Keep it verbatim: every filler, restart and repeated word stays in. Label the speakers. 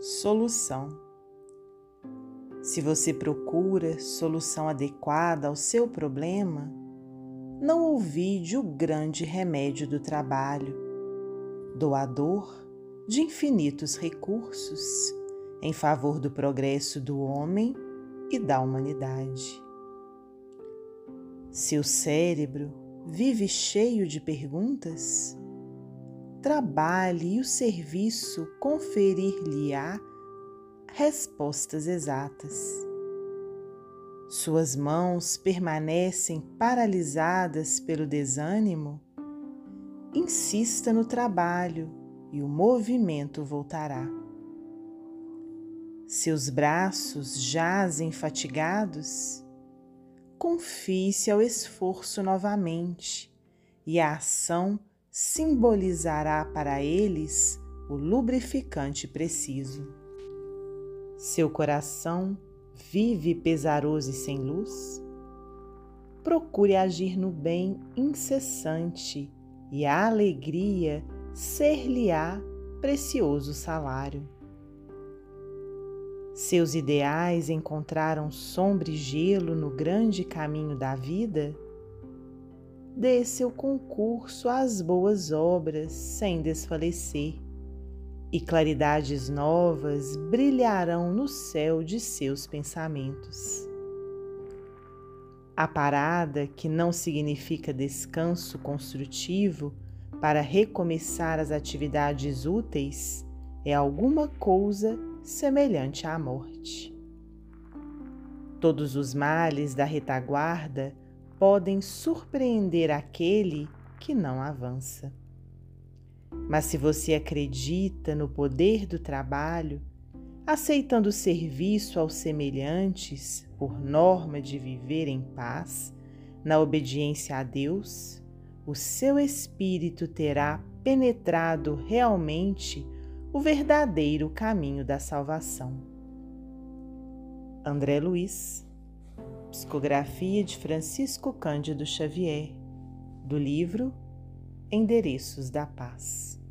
Speaker 1: Solução. Se você procura solução adequada ao seu problema, não ouvide o grande remédio do trabalho, doador de infinitos recursos em favor do progresso do homem e da humanidade. Seu cérebro vive cheio de perguntas? Trabalhe e o serviço conferir-lhe-á respostas exatas. Suas mãos permanecem paralisadas pelo desânimo? Insista no trabalho e o movimento voltará. Seus braços jazem fatigados? Confie-se ao esforço novamente e a ação simbolizará para eles o lubrificante preciso. Seu coração vive pesaroso e sem luz? Procure agir no bem incessante e a alegria ser-lhe-á precioso salário. Seus ideais encontraram sombra e gelo no grande caminho da vida? Dê seu concurso às boas obras sem desfalecer, e claridades novas brilharão no céu de seus pensamentos. A parada, que não significa descanso construtivo para recomeçar as atividades úteis, é alguma coisa semelhante à morte. Todos os males da retaguarda podem surpreender aquele que não avança. Mas se você acredita no poder do trabalho, aceitando o serviço aos semelhantes por norma de viver em paz, na obediência a Deus, o seu espírito terá penetrado realmente o verdadeiro caminho da salvação. André Luiz, psicografia de Francisco Cândido Xavier, do livro Endereços da Paz.